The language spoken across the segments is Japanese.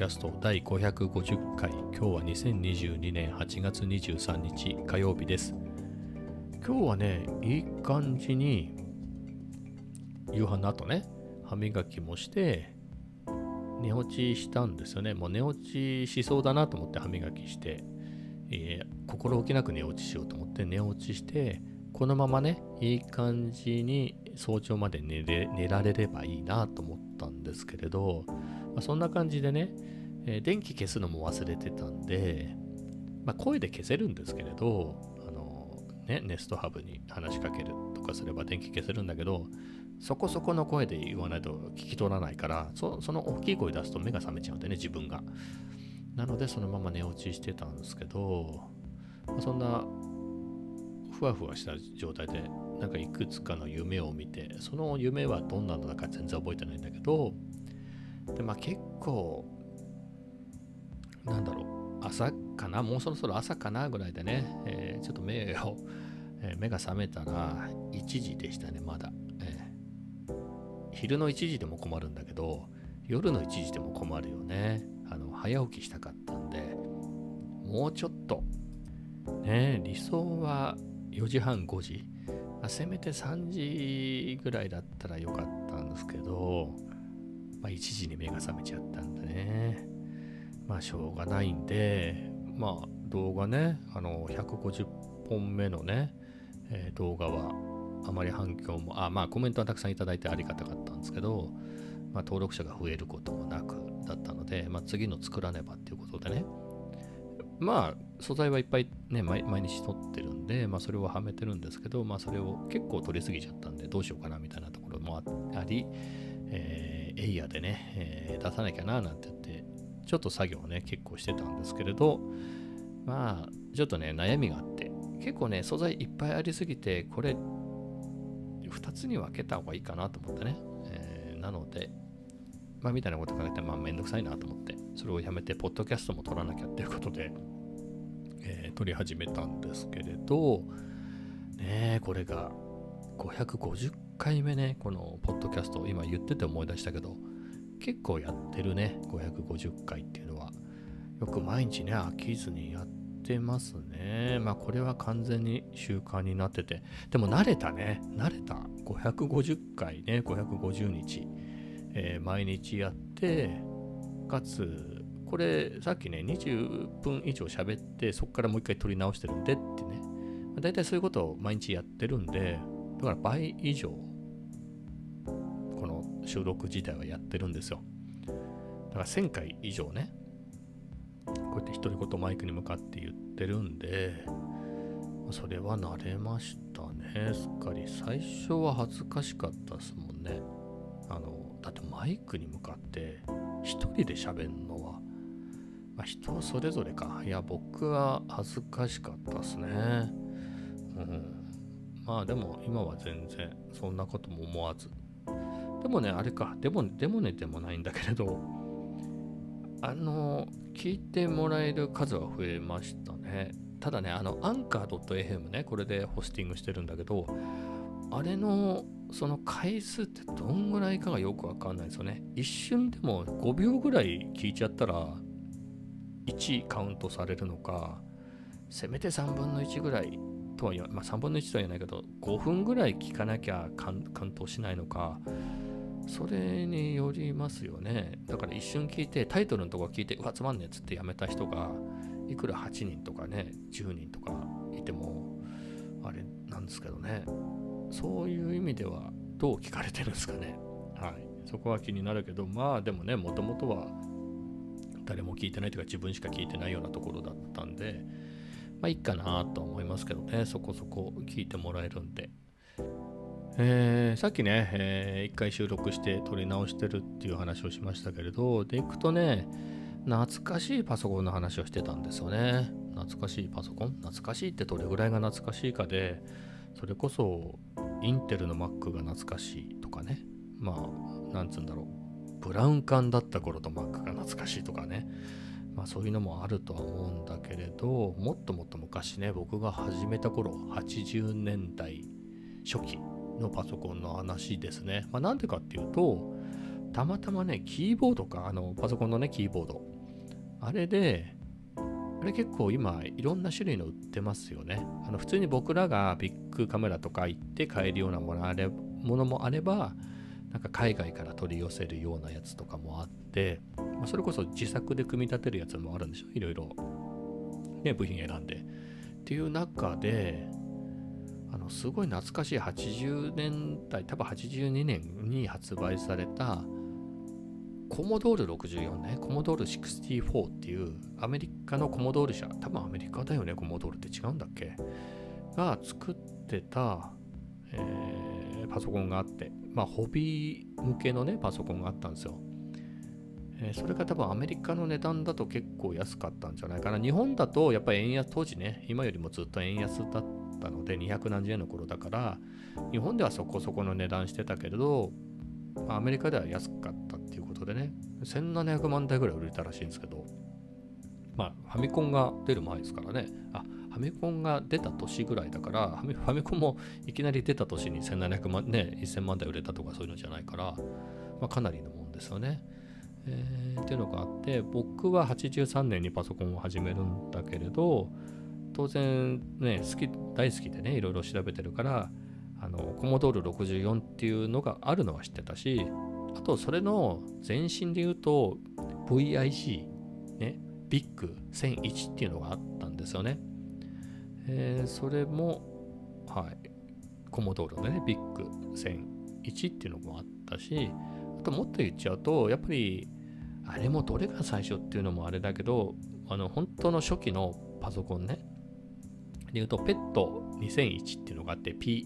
ャスト第550回、今日は2022年8月23日火曜日です。今日はね、いい感じに夕飯の後ね、歯磨きもして寝落ちしたんですよね。もう寝落ちしそうだなと思って歯磨きして、心置きなく寝落ちしようと思って寝落ちして、このままね、いい感じに早朝まで寝られればいいなと思ったんですけれど、そんな感じでね、電気消すのも忘れてたんで、声で消せるんですけれど、ネストハブに話しかけるとかすれば電気消せるんだけど、そこそこの声で言わないと聞き取らないから、その大きい声出すと目が覚めちゃうんでね、自分が。なのでそのまま寝落ちしてたんですけど、そんなふわふわした状態でなんかいくつかの夢を見て、その夢はどんなのだか全然覚えてないんだけど、で結構朝かな、もうそろそろ朝かなぐらいでね、ちょっと目が覚めたら1時でしたね。まだ、昼の1時でも困るんだけど、夜の1時でも困るよね。早起きしたかったんで、もうちょっとね、理想は4時半5時、せめて3時ぐらいだったらよかったんですけど、1時に目が覚めちゃったんでね、しょうがないんで、動画ね、150本目のね、動画はあまり反響も、コメントはたくさんいただいてありがたかったんですけど、登録者が増えることもなくだったので、次の作らねばっていうことでね、素材はいっぱいね、毎日撮ってるんで、それをはめてるんですけど、それを結構撮りすぎちゃったんで、どうしようかなみたいなところもあり、エイヤーでね、出さなきゃななんて言って、ちょっと作業をね、結構してたんですけれど、ちょっとね、悩みがあって、結構ね、素材いっぱいありすぎて、これ、2つに分けた方がいいかなと思ってね。なので、みたいなこと考えて、めんどくさいなと思って、それをやめて、ポッドキャストも撮らなきゃっていうことで、撮り始めたんですけれど、これが550回目ね、このポッドキャスト、今言ってて思い出したけど、結構やってるね、550回っていうのは。よく毎日ね、飽きずにやってますね。これは完全に習慣になってて、でも慣れた。550回ね、550日、毎日やって、かつ、これさっきね、20分以上喋って、そこからもう一回撮り直してるんでってね、だいたいそういうことを毎日やってるんで、だから倍以上、この収録自体はやってるんですよ。だから1000回以上ね、こうやって独り言マイクに向かって言ってるんで、それは慣れましたね、すっかり。最初は恥ずかしかったですもんね。だってマイクに向かって一人で喋るのは、人それぞれか。いや、僕は恥ずかしかったですね。でも今は全然そんなことも思わず。でもね、あれか、でもねでもないんだけれど、聞いてもらえる数は増えましたね。ただね、アンカー .fm ね、これでホスティングしてるんだけど、あれのその回数ってどんぐらいかがよくわかんないですよね。一瞬でも5秒ぐらい聞いちゃったら1カウントされるのか、せめて3分の1ぐらいとは言わない、3分の1とは言わないけど、5分ぐらい聞かなきゃカウントしないのか、それによりますよね。だから一瞬聞いて、タイトルのところ聞いて、うわ、つまんねえっつってやめた人が、いくら8人とかね、10人とかいても、あれなんですけどね。そういう意味では、どう聞かれてるんですかね。はい。そこは気になるけど、でもね、もともとは、誰も聞いてないというか、自分しか聞いてないようなところだったんで、いいかなと思いますけどね、そこそこ聞いてもらえるんで。さっきね、一回収録して撮り直してるっていう話をしましたけれど、でいくとね、懐かしいパソコンの話をしてたんですよね。懐かしいパソコン、懐かしいってどれぐらいが懐かしいかで、それこそインテルの Mac が懐かしいとかね、なんつうんだろう、ブラウン管だった頃と Mac が懐かしいとかね、そういうのもあるとは思うんだけれど、もっともっと昔ね、僕が始めた頃、80年代初期のパソコンの話ですね。なんでかっていうと、たまたまね、キーボードか、パソコンのね、キーボード。 あれで、あれ結構今いろんな種類の売ってますよね。普通に僕らがビッグカメラとか行って買えるようなものもあれば、なんか海外から取り寄せるようなやつとかもあって、それこそ自作で組み立てるやつもあるんでしょ、いろいろ。ね、部品選んで。っていう中で、すごい懐かしい80年代、多分82年に発売されたコモドール64ね、コモドール64っていうアメリカのコモドール社、多分アメリカだよね、コモドールって違うんだっけが作ってた、パソコンがあって、ホビー向けのね、パソコンがあったんですよ。それが多分アメリカの値段だと結構安かったんじゃないかな。日本だとやっぱり円安、当時ね、今よりもずっと円安だったので、200何十円の頃だから、日本ではそこそこの値段してたけれど、アメリカでは安かったっていうことでね、1700万台ぐらい売れたらしいんですけど、ファミコンが出る前ですからね、ファミコンが出た年ぐらいだから、ファミコンもいきなり出た年に1700万、ね、1000万台売れたとかそういうのじゃないから、かなりのもんですよね。っていうのがあって、僕は83年にパソコンを始めるんだけれど、当然ね、大好きでね、いろいろ調べてるから、コモドール64っていうのがあるのは知ってたし、あとそれの前身で言うと VIC ね、ビッグ1001っていうのがあったんですよね。それも、はい、コモドールのね、ビッグ1001っていうのもあったし、あともっと言っちゃうと、やっぱり、あれもどれが最初っていうのもあれだけど、本当の初期のパソコンね、で言うと、ペット2001っていうのがあって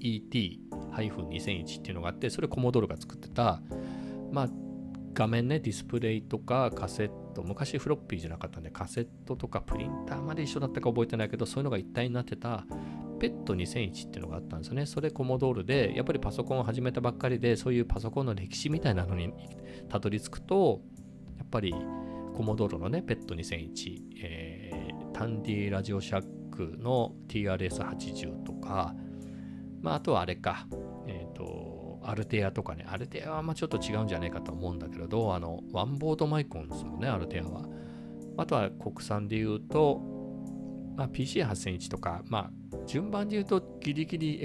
、PET-2001 っていうのがあって、それコモドールが作ってた、画面ね、ディスプレイとかカセット、昔フロッピーじゃなかったんで、カセットとかプリンターまで一緒だったか覚えてないけど、そういうのが一体になってた、ペット2001っていうのがあったんですよね。それコモドールで、やっぱりパソコンを始めたばっかりで、そういうパソコンの歴史みたいなのにたどり着くと、やっぱりコモドールのね、ペット2001、タンディラジオシャックの TRS80 とか、あとはあれか、アルテアとかね、アルテアはちょっと違うんじゃないかと思うんだけれど、ワンボードマイコンですもんね、アルテアは。あとは国産で言うと、PC8001 とか、順番で言うとギリギリ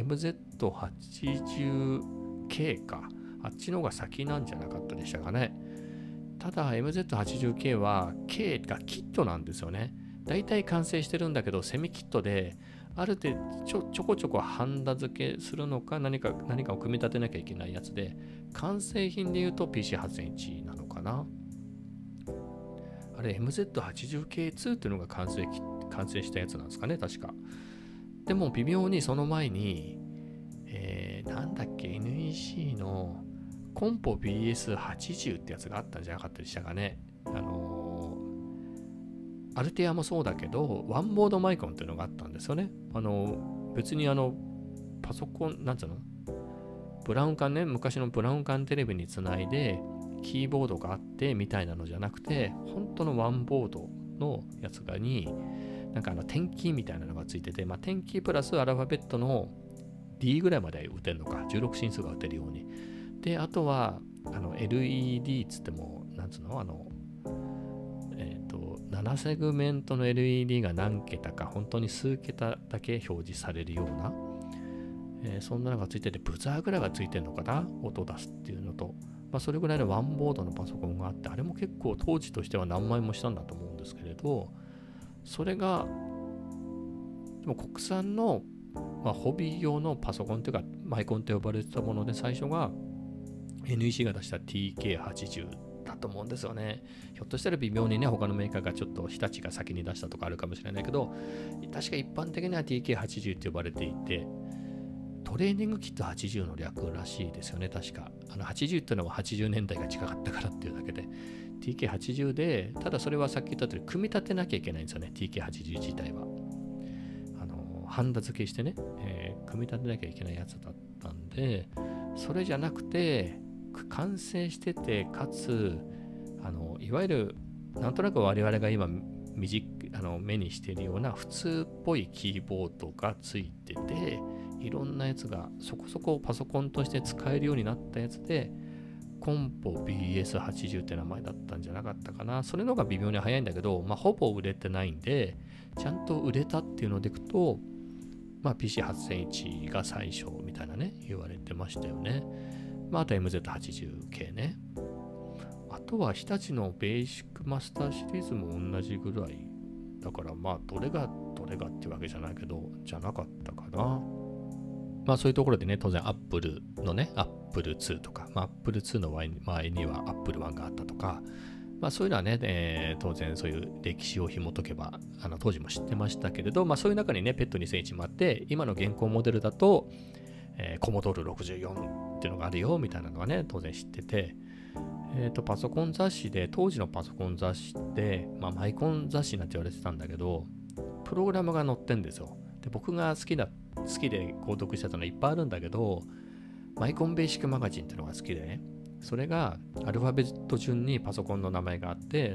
MZ80K か。あっちの方が先なんじゃなかったでしたかね。ただ MZ80K は K がキットなんですよね。大体完成してるんだけど、セミキットで、ある程度ちょこちょこハンダ付けするのか何かを組み立てなきゃいけないやつで、完成品で言うと PC8001 なのかな。あれ MZ80K2 っていうのが完成したやつなんですかね、確か。でも微妙にその前に、なんだっけ、NEC のコンポ BS80 ってやつがあったんじゃなかったでしたかね。アルテアもそうだけど、ワンボードマイコンっていうのがあったんですよね。別にパソコン、なんつうの、ブラウン管ね、昔のブラウン管テレビにつないで、キーボードがあってみたいなのじゃなくて、本当のワンボードのやつがに、なんか点キーみたいなのがついてて、点キープラスアルファベットの D ぐらいまで打てるのか、16進数が打てるように。で、あとは、LED つっても、なんつうの、7セグメントの LED が何桁か、本当に数桁だけ表示されるような、そんなのがついてて、ブザーぐらいがついてるのかな、音を出すっていうのと、それぐらいのワンボードのパソコンがあって、あれも結構当時としては何万円もしたんだと思うんですけれど、それが、でも国産の、ホビー用のパソコンというか、マイコンと呼ばれてたもので、最初が NEC が出した TK80だと思うんですよね。ひょっとしたら微妙にね、他のメーカーがちょっと日立が先に出したとかあるかもしれないけど、確か一般的には TK80 って呼ばれていて、トレーニングキット80の略らしいですよね、確か。80っていうのは80年代が近かったからっていうだけで、TK80 で、ただそれはさっき言った通り、組み立てなきゃいけないんですよね、TK80 自体は。ハンダ付けしてね、組み立てなきゃいけないやつだったんで、それじゃなくて、完成してて、かつ、いわゆる、なんとなく我々が今、目にしているような普通っぽいキーボードがついてて、いろんなやつがそこそこパソコンとして使えるようになったやつで、 コンポ BS80 って名前だったんじゃなかったかな。それの方が微妙に早いんだけど、ほぼ売れてないんで、ちゃんと売れたっていうのでいくと、PC8001 が最初みたいなね、言われてましたよね。あと MZ80 系ね。あとは日立のベーシックマスターシリーズも同じぐらい。だからどれがっていうわけじゃないけど、じゃなかったかな。そういうところでね、当然 Apple のね、Apple II とか、Apple II の前には Apple I があったとか、そういうのはね、当然そういう歴史を紐解けば、当時も知ってましたけれど、そういう中にね、ペット2001もあって、今の現行モデルだと、コモドール64っていうのがあるよ、みたいなのはね、当然知ってて、パソコン雑誌で、当時のパソコン雑誌って、マイコン雑誌なんて言われてたんだけど、プログラムが載ってんですよ。で、僕が好きで購読してたのいっぱいあるんだけど、マイコンベーシックマガジンっていうのが好きでね、それがアルファベット順にパソコンの名前があって、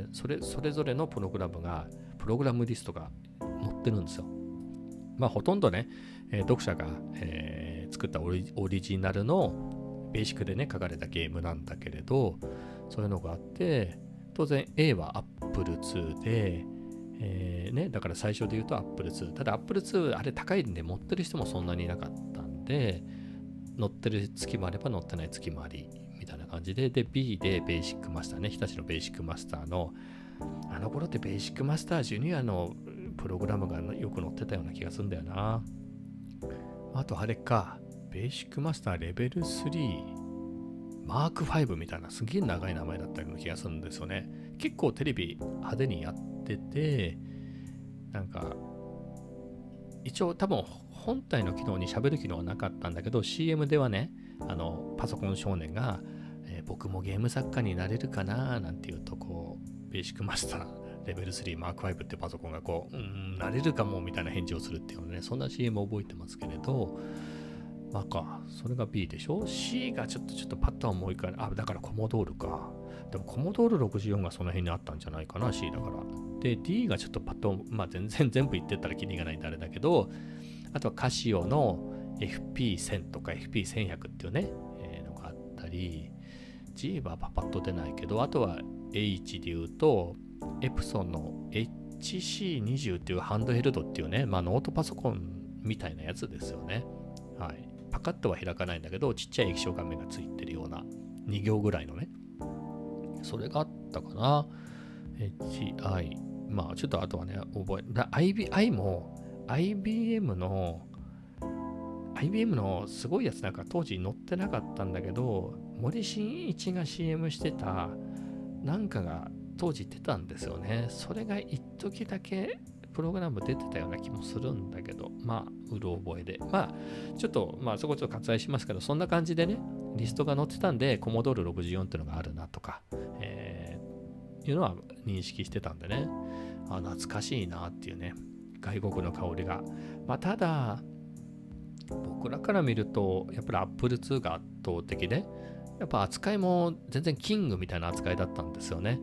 それぞれのプログラムリストが載ってるんですよ。ほとんどね、読者が、作ったオリジナルのベーシックでね、書かれたゲームなんだけれど、そういうのがあって、当然 A は Apple II で、だから最初で言うと Apple II。ただ Apple II あれ高いんで持ってる人もそんなにいなかったんで、乗ってる月もあれば乗ってない月もありみたいな感じで、B でベーシックマスターね、日立のベーシックマスターの、あの頃ってベーシックマスタージュニアのプログラムがよく載ってたような気がするんだよな。あとあれか、ベーシックマスターレベル3マーク5みたいなすげえ長い名前だったような気がするんですよね。結構テレビ派手にやってて、なんか一応多分本体の機能に喋る機能はなかったんだけど、 CM ではね、パソコン少年が、僕もゲーム作家になれるかななんていうと、こうベーシックマスターレベル3マーク5ってパソコンがこうなれるかもみたいな返事をするっていうのね、そんな CM 覚えてますけれど、それが B でしょ。 C がちょっとパッとは思い浮かない。だからコモドールか。でもコモドール64がその辺にあったんじゃないかな、 C だから。で D がちょっとパッと、全部言ってったらキリがないんであれだけど、あとはカシオの FP1000 とか FP1100 っていうね、のがあったり、 G はパパッと出ないけど、あとは H で言うとエプソンの HC20 っていうハンドヘルドっていうね、ノートパソコンみたいなやつですよね。はい。パカッとは開かないんだけど、ちっちゃい液晶画面がついてるような2行ぐらいのね、それがあったかな。HI。ちょっとあとはね、IBI も IBM のすごいやつなんか当時載ってなかったんだけど、森進一が CM してたなんかが当時出たんですよね。それが一時だけプログラム出てたような気もするんだけど、うる覚えで。ちょっと、そこちょっと割愛しますけど、そんな感じでね、リストが載ってたんで、コモドール64っていうのがあるなとか、いうのは認識してたんでね、懐かしいなっていうね、外国の香りが。ただ、僕らから見ると、やっぱり Apple II が圧倒的で、やっぱ扱いも全然キングみたいな扱いだったんですよね。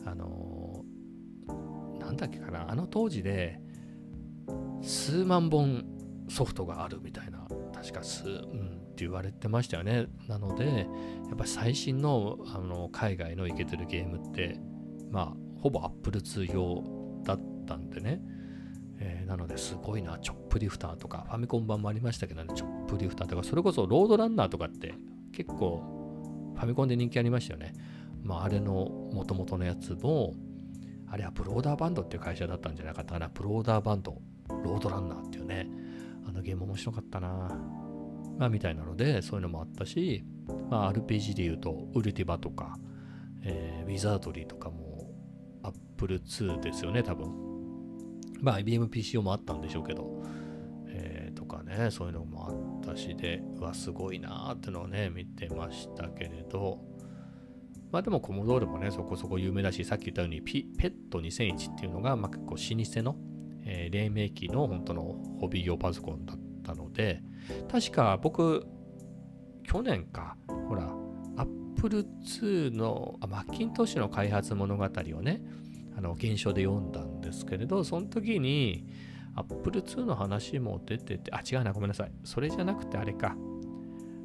なんだっけかな、当時で数万本ソフトがあるみたいな、確かって言われてましたよね。なのでやっぱり最新の、海外のイケてるゲームってほぼ Apple II 用だったんでね、なのですごいな。チョップリフターとかファミコン版もありましたけどね、チョップリフターとか、それこそロードランナーとかって結構ファミコンで人気ありましたよね。あれの元々のやつも、あれはブローダーバンドっていう会社だったんじゃなかったかな。ブローダーバンドロードランナーっていうね、ゲーム面白かったな。みたいなので、そういうのもあったし、RPG で言うとウルティバとか、ウィザードリーとかも Apple II ですよね、多分。IBM PCO もあったんでしょうけど、とかね、そういうのもあったしで、すごいなーってのをね、見てましたけれど、でもコモドールもね、そこそこ有名だし、さっき言ったようにペット2001っていうのが、結構老舗の、黎明期の本当のホビー用パソコンだったので、確か僕、去年か、ほら、Apple II の、マッキントッシュの開発物語をね、原書で読んだんですけれど、その時に Apple II の話も出てて、違うな、ごめんなさい。それじゃなくてあれか。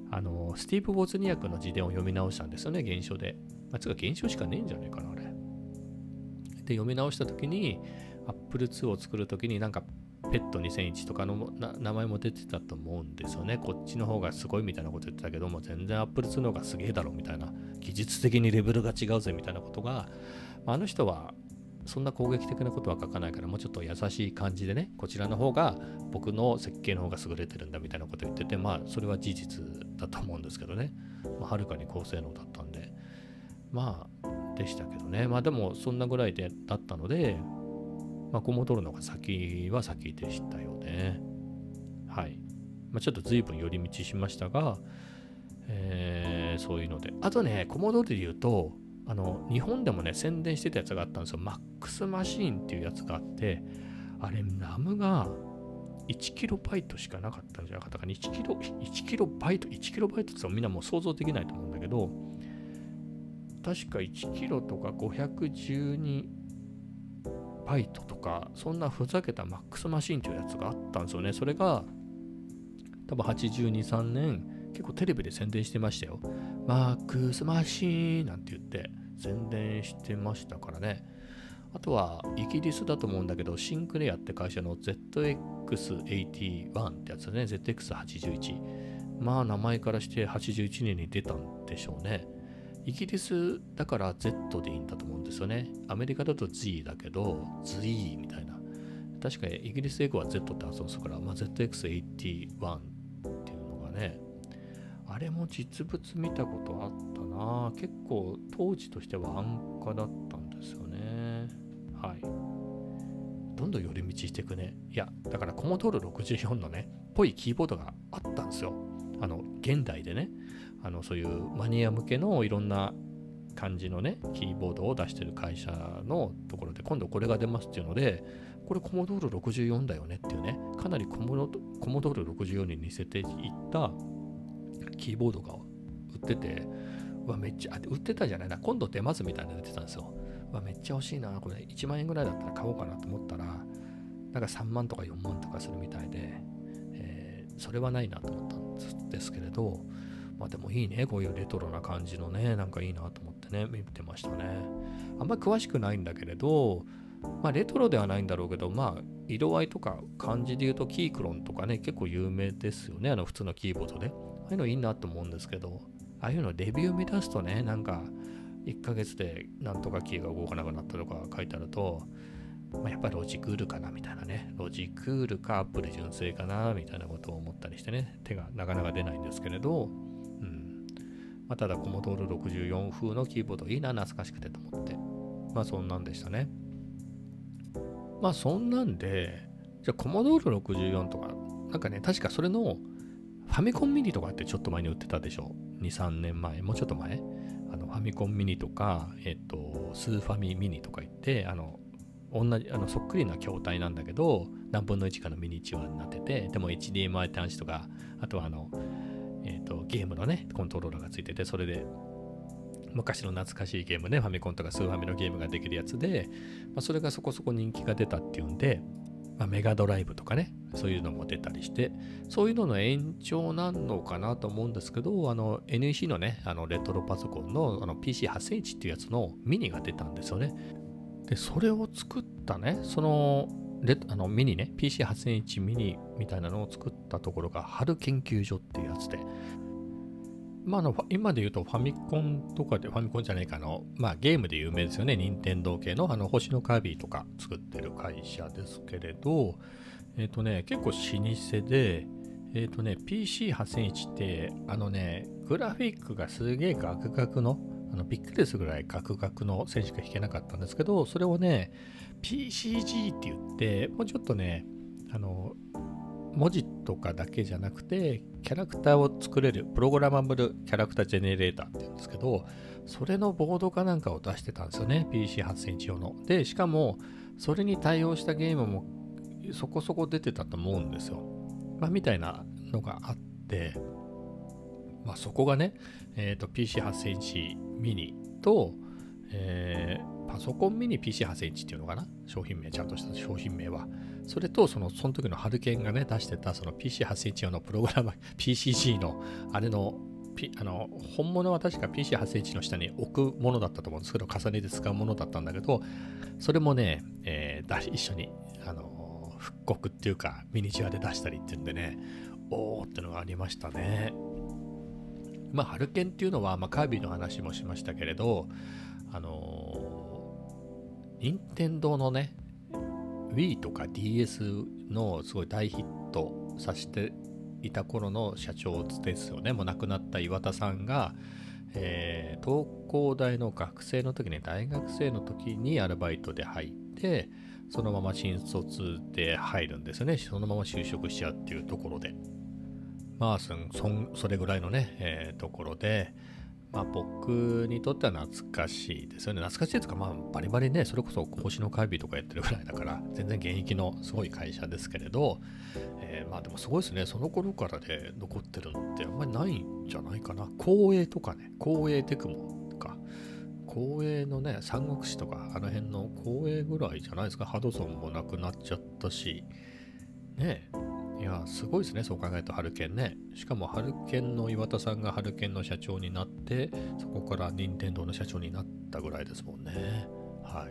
スティーブ・ウォズニアクの自伝を読み直したんですよね、原書で。つうか原書しかねえんじゃねえかな、あれ。で、読み直したときに、Apple II を作るときになんか、ペット2001とかの名前も出てたと思うんですよね。こっちの方がすごいみたいなこと言ってたけども、全然 Apple II の方がすげえだろみたいな、技術的にレベルが違うぜみたいなことが、あの人はそんな攻撃的なことは書かないから、もうちょっと優しい感じでね、こちらの方が僕の設計の方が優れてるんだみたいなことを言ってて、それは事実だと思うんですけどね。はるかに高性能だったんで。でしたけどね。でもそんなぐらいだったので、コモドーロの方が先でしたよね。はい。ちょっと随分寄り道しましたが、そういうので。あとね、コモドーロで言うと、日本でもね、宣伝してたやつがあったんですよ。マックスマシーンっていうやつがあって、あれ、ラムが1キロバイトしかなかったんじゃなかったかな。1キロバイトってみんなもう想像できないと思うんだけど、確か1キロとか512バイトとか、そんなふざけたマックスマシーンというやつがあったんですよね。それが、多分82、3年、結構テレビで宣伝してましたよ。マックスマシーンなんて言って宣伝してましたからね。あとは、イギリスだと思うんだけど、シンクレアって会社の ZX81 ってやつね、ZX81。名前からして81年に出たんでしょうね。イギリスだから Z でいいんだと思うんですよね。アメリカだと Z だけど、Z みたいな。確かにイギリス英語は Z って発音するから、ZX81 っていうのがね、あれも実物見たことあったな。結構当時としては安価だったんですよね。はい。どんどん寄り道していくね。いや、だからコモドーロ64のね、ぽいキーボードがあったんですよ。現代でね。そういうマニア向けのいろんな感じのね、キーボードを出してる会社のところで、今度これが出ますっていうので、これコモドーロ64だよねっていうね、かなりコモドーロ64に似せていったキーボードが売ってて、めっちゃ、売ってたじゃないな、今度出ますみたいなの出てたんですよ。めっちゃ欲しいな、これ1万円ぐらいだったら買おうかなと思ったら、なんか3万とか4万とかするみたいで、それはないなと思ったんですけれど、でもいいね、こういうレトロな感じのね、なんかいいなと思ってね、見てましたね。あんまり詳しくないんだけれど、レトロではないんだろうけど、色合いとか感じで言うと、キークロンとかね、結構有名ですよね、普通のキーボードで。ああいうのいいなと思うんですけど、ああいうのレビュー見出すとね、なんか、1ヶ月でなんとかキーが動かなくなったとか書いてあると、やっぱりロジクールかなみたいなね、ロジクールかアップル純正かなみたいなことを思ったりしてね、手がなかなか出ないんですけれど、ただコモドーロ64風のキーボードいいな、懐かしくてと思って、そんなんでしたね。そんなんで、じゃあコモドーロ64とか、なんかね、確かそれのファミコンミニとかってちょっと前に売ってたでしょ。2、3年前、もうちょっと前。ファミコンミニとか、スーファミミニとか言って、同じ、そっくりな筐体なんだけど、何分の1かのミニチュアになってて、でも HDMI 端子とか、あとはゲームのね、コントローラーがついてて、それで、昔の懐かしいゲームね、ファミコンとかスーファミのゲームができるやつで、それがそこそこ人気が出たっていうんで、メガドライブとかね、そういうのも出たりして、そういうのの延長なのかなと思うんですけど、NEC のね、レトロパソコンのPC8000 っていうやつのミニが出たんですよね。で、それを作ったね、そのミニね、PC8001 ミニみたいなのを作ったところが、春研究所っていうやつで、今で言うとファミコンとかで、ファミコンじゃないかゲームで有名ですよね。任天堂系の星のカービィとか作ってる会社ですけれど、結構老舗で、PC8001 って、グラフィックがすげえガクガクの、びっくりするぐらいガクガクの線しか弾けなかったんですけど、それをね、PCG って言って、もうちょっとね、文字とかだけじゃなくて、キャラクターを作れる、プログラマブルキャラクタージェネレーターって言うんですけど、それのボードかなんかを出してたんですよね、PC8001 用の。で、しかも、それに対応したゲームもそこそこ出てたと思うんですよ。みたいなのがあって、そこがね、PC8001 ミニと、パソコンミニ PC8001 っていうのかな、商品名、ちゃんとした商品名は。 それとその時のハルケンがね出してたその PC8001 用のプログラム PCG のあれの本物は確か PC8001 の下に置くものだったと思うんですけど、重ねて使うものだったんだけど、それもね、一緒に復刻っていうかミニチュアで出したりっていうんでね、おーってのがありましたね。まあハルケンっていうのは、カービィの話もしましたけれど、任天堂のね Wii とか DS のすごい大ヒットさせていた頃の社長ですよね。もう亡くなった岩田さんが、東工大の学生の時に、大学生の時にアルバイトで入って、そのまま新卒で入るんですよね。そのまま就職しちゃうっていうところで、それぐらいのね、ところで、僕にとっては懐かしいですよね。懐かしいですか、バリバリね、それこそ星のカービィとかやってるぐらいだから、全然現役のすごい会社ですけれど、でもすごいですね。その頃からで残ってるのってあんまりないんじゃないかな。光栄とかね、光栄テクモとか、光栄のね、三国志とか、あの辺の光栄ぐらいじゃないですか。ハドソンもなくなっちゃったし、ねえ。いや、すごいですね、そう考えるとハルケンね。しかもハルケンの岩田さんがハルケンの社長になって、そこから任天堂の社長になったぐらいですもんね。はい。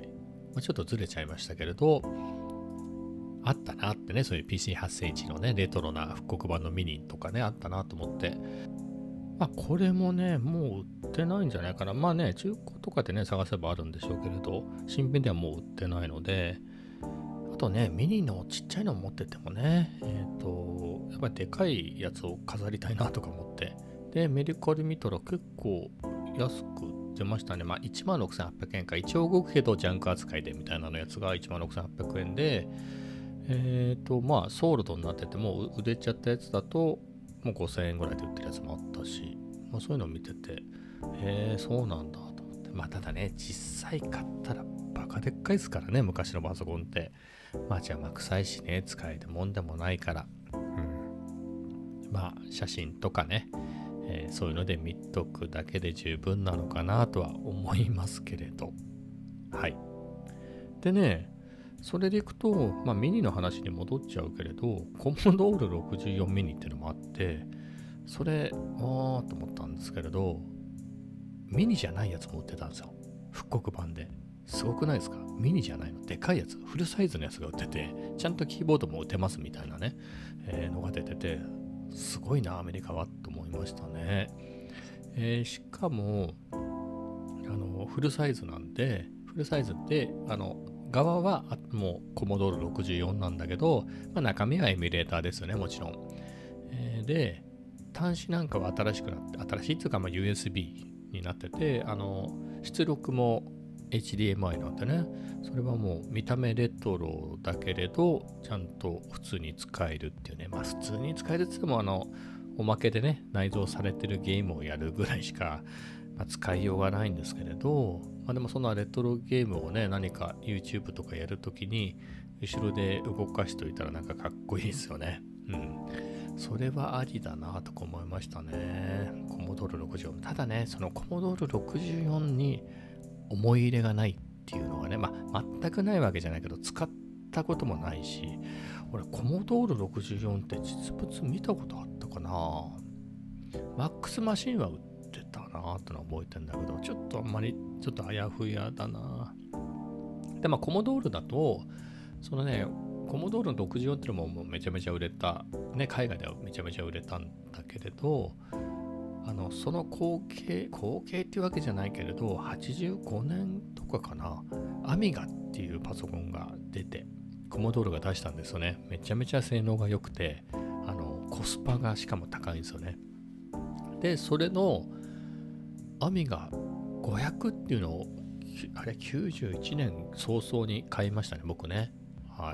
ちょっとずれちゃいましたけれど、あったなってね、そういう PC8001 のね、レトロな復刻版のミニとかね、あったなと思って。これもね、もう売ってないんじゃないかな。中古とかでね、探せばあるんでしょうけれど、新品ではもう売ってないので、あとね、ミニのちっちゃいの持っててもね、やっぱりでかいやつを飾りたいなとか思って。で、メルカリ見たら結構安く売ってましたね。16,800円か。一応動くけどジャンク扱いでみたいなのやつが16,800円で、ソールドになってても売れちゃったやつだともう5,000円ぐらいで売ってるやつもあったし、そういうのを見てて、そうなんだと思って。ただね、実際買ったらバカでっかいですからね、昔のパソコンって。邪魔くさいしね、使えるもんでもないから。写真とかね、そういうので見とくだけで十分なのかなとは思いますけれど。はい。でね、それでいくと、ミニの話に戻っちゃうけれど、コモドール64ミニっていうのもあって、それ、と思ったんですけれど、ミニじゃないやつも売ってたんですよ。復刻版で。すごくないですか？ミニじゃないの。でかいやつ、フルサイズのやつが売ってて、ちゃんとキーボードも打てますみたいなね、のが出てて、すごいな、アメリカはと思いましたね。しかも、フルサイズなんで、フルサイズって、側はもうコモドール64なんだけど、中身はエミュレーターですよね、もちろん。で、端子なんかは新しくなって、新しいっていうかUSB になってて、出力も HDMI なんでね、それはもう見た目レトロだけれど、ちゃんと普通に使えるっていうね、普通に使えるって言ってもおまけでね、内蔵されてるゲームをやるぐらいしか、使いようがないんですけれど、でもそんなレトロゲームをね、何か YouTube とかやるときに後ろで動かしといたらなんかかっこいいですよね。それはありだなとか思いましたね。コモドール64。ただね、そのコモドール64に思い入れがないっていうのがね、全くないわけじゃないけど、使ったこともないし、俺コモドール64って実物見たことあったかな。マックスマシンは売ってたなってのは覚えてんだけど、ちょっとあんまりちょっとあやふやだな。でコモドールだとそのね、コモドールの64っていうのもめちゃめちゃ売れたね、海外ではめちゃめちゃ売れたんだけれど、その後継っていうわけじゃないけれど、85年とかかな、アミガっていうパソコンが出て、コモドールが出したんですよね。めちゃめちゃ性能が良くて、コスパがしかも高いんですよね。で、それのアミガ500っていうのを、あれ91年早々に買いましたね、僕ね。はい。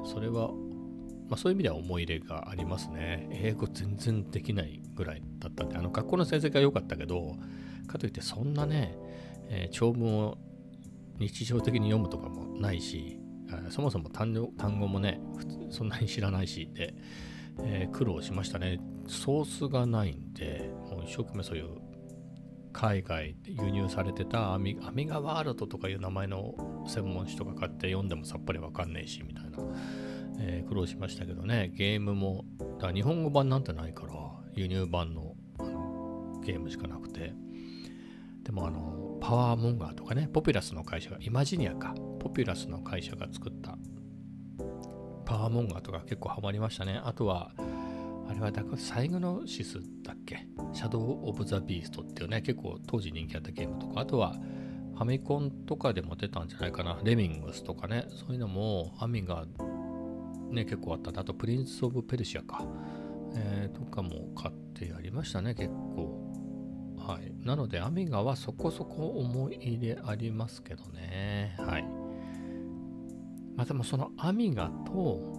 それはそういう意味では思い入れがありますね。英語全然できないぐらいだったんで、学校の成績が良かったけど、かといってそんなね、長文を日常的に読むとかもないし、そもそも単語もね、そんなに知らないしで、苦労しましたね。ソースがないんで、もう一生懸命そういう海外で輸入されてたアミガワールドとかいう名前の専門誌とか買って読んでもさっぱりわかんねえしみたいな。 ローしましたけどね、ゲームも、だから日本語版なんてないから、輸入版のゲームしかなくて、でもパワーモンガーとかね、ポピュラスの会社が、イマジニアか、ポピュラスの会社が作ったパワーモンガーとか結構ハマりましたね。あとは、あれはサイグノシスだっけ、シャドウ・オブ・ザ・ビーストっていうね、結構当時人気あったゲームとか、あとはファミコンとかでも出たんじゃないかな、レミングスとかね、そういうのもアミガね、結構あったんで、あとプリンス・オブ・ペルシアか、とかも買ってやりましたね、結構。はい。なので、アミガはそこそこ思い入れありますけどね。はい。まあでもそのアミガと、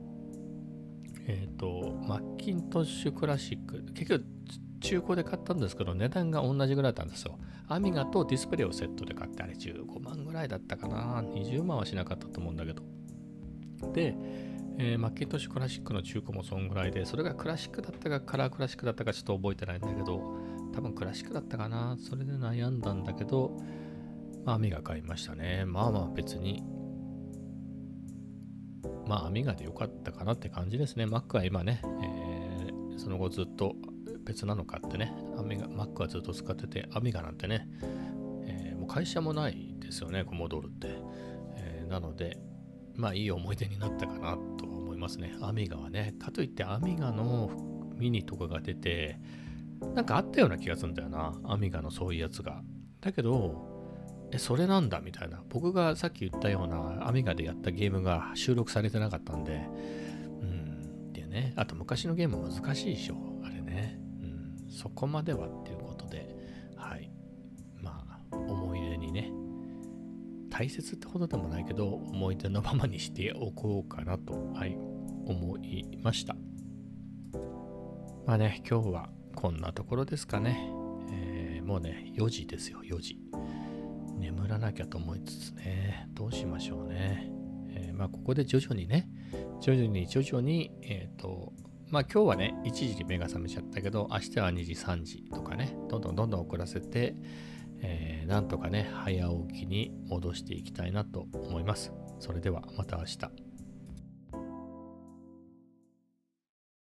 マッキントッシュクラシック、結局中古で買ったんですけど、値段が同じぐらいだったんですよ。アミガとディスプレイをセットで買って、あれ15万ぐらいだったかな。20万はしなかったと思うんだけど。で、マッキントッシュクラシックの中古もそんぐらいで、それがクラシックだったかカラークラシックだったかちょっと覚えてないんだけど、多分クラシックだったかな。それで悩んだんだけど、アミガ買いましたね。まあ別に、アミガでよかったかなって感じですね。Mac は今ね、その後ずっと別なのかってね、Mac はずっと使ってて、アミガなんてね、もう会社もないですよね、コモドールって。なので、いい思い出になったかなと思いますね。アミガはね、かといってアミガのミニとかが出て、なんかあったような気がするんだよな、アミガのそういうやつが。だけど、それなんだみたいな。僕がさっき言ったようなアミガでやったゲームが収録されてなかったんで、でね、あと昔のゲーム難しいでしょ、あれね。そこまではっていうことで、はい。思い出にね、大切ってほどでもないけど、思い出のままにしておこうかなと、はい、思いました。今日はこんなところですかね。もうね、4時ですよ、4時。眠らなきゃと思いつつね、どうしましょうね。ここで徐々に、今日はね、1時に目が覚めちゃったけど、明日は2時、3時とかね、どんどん遅らせて、なんとかね、早起きに戻していきたいなと思います。それではまた明日。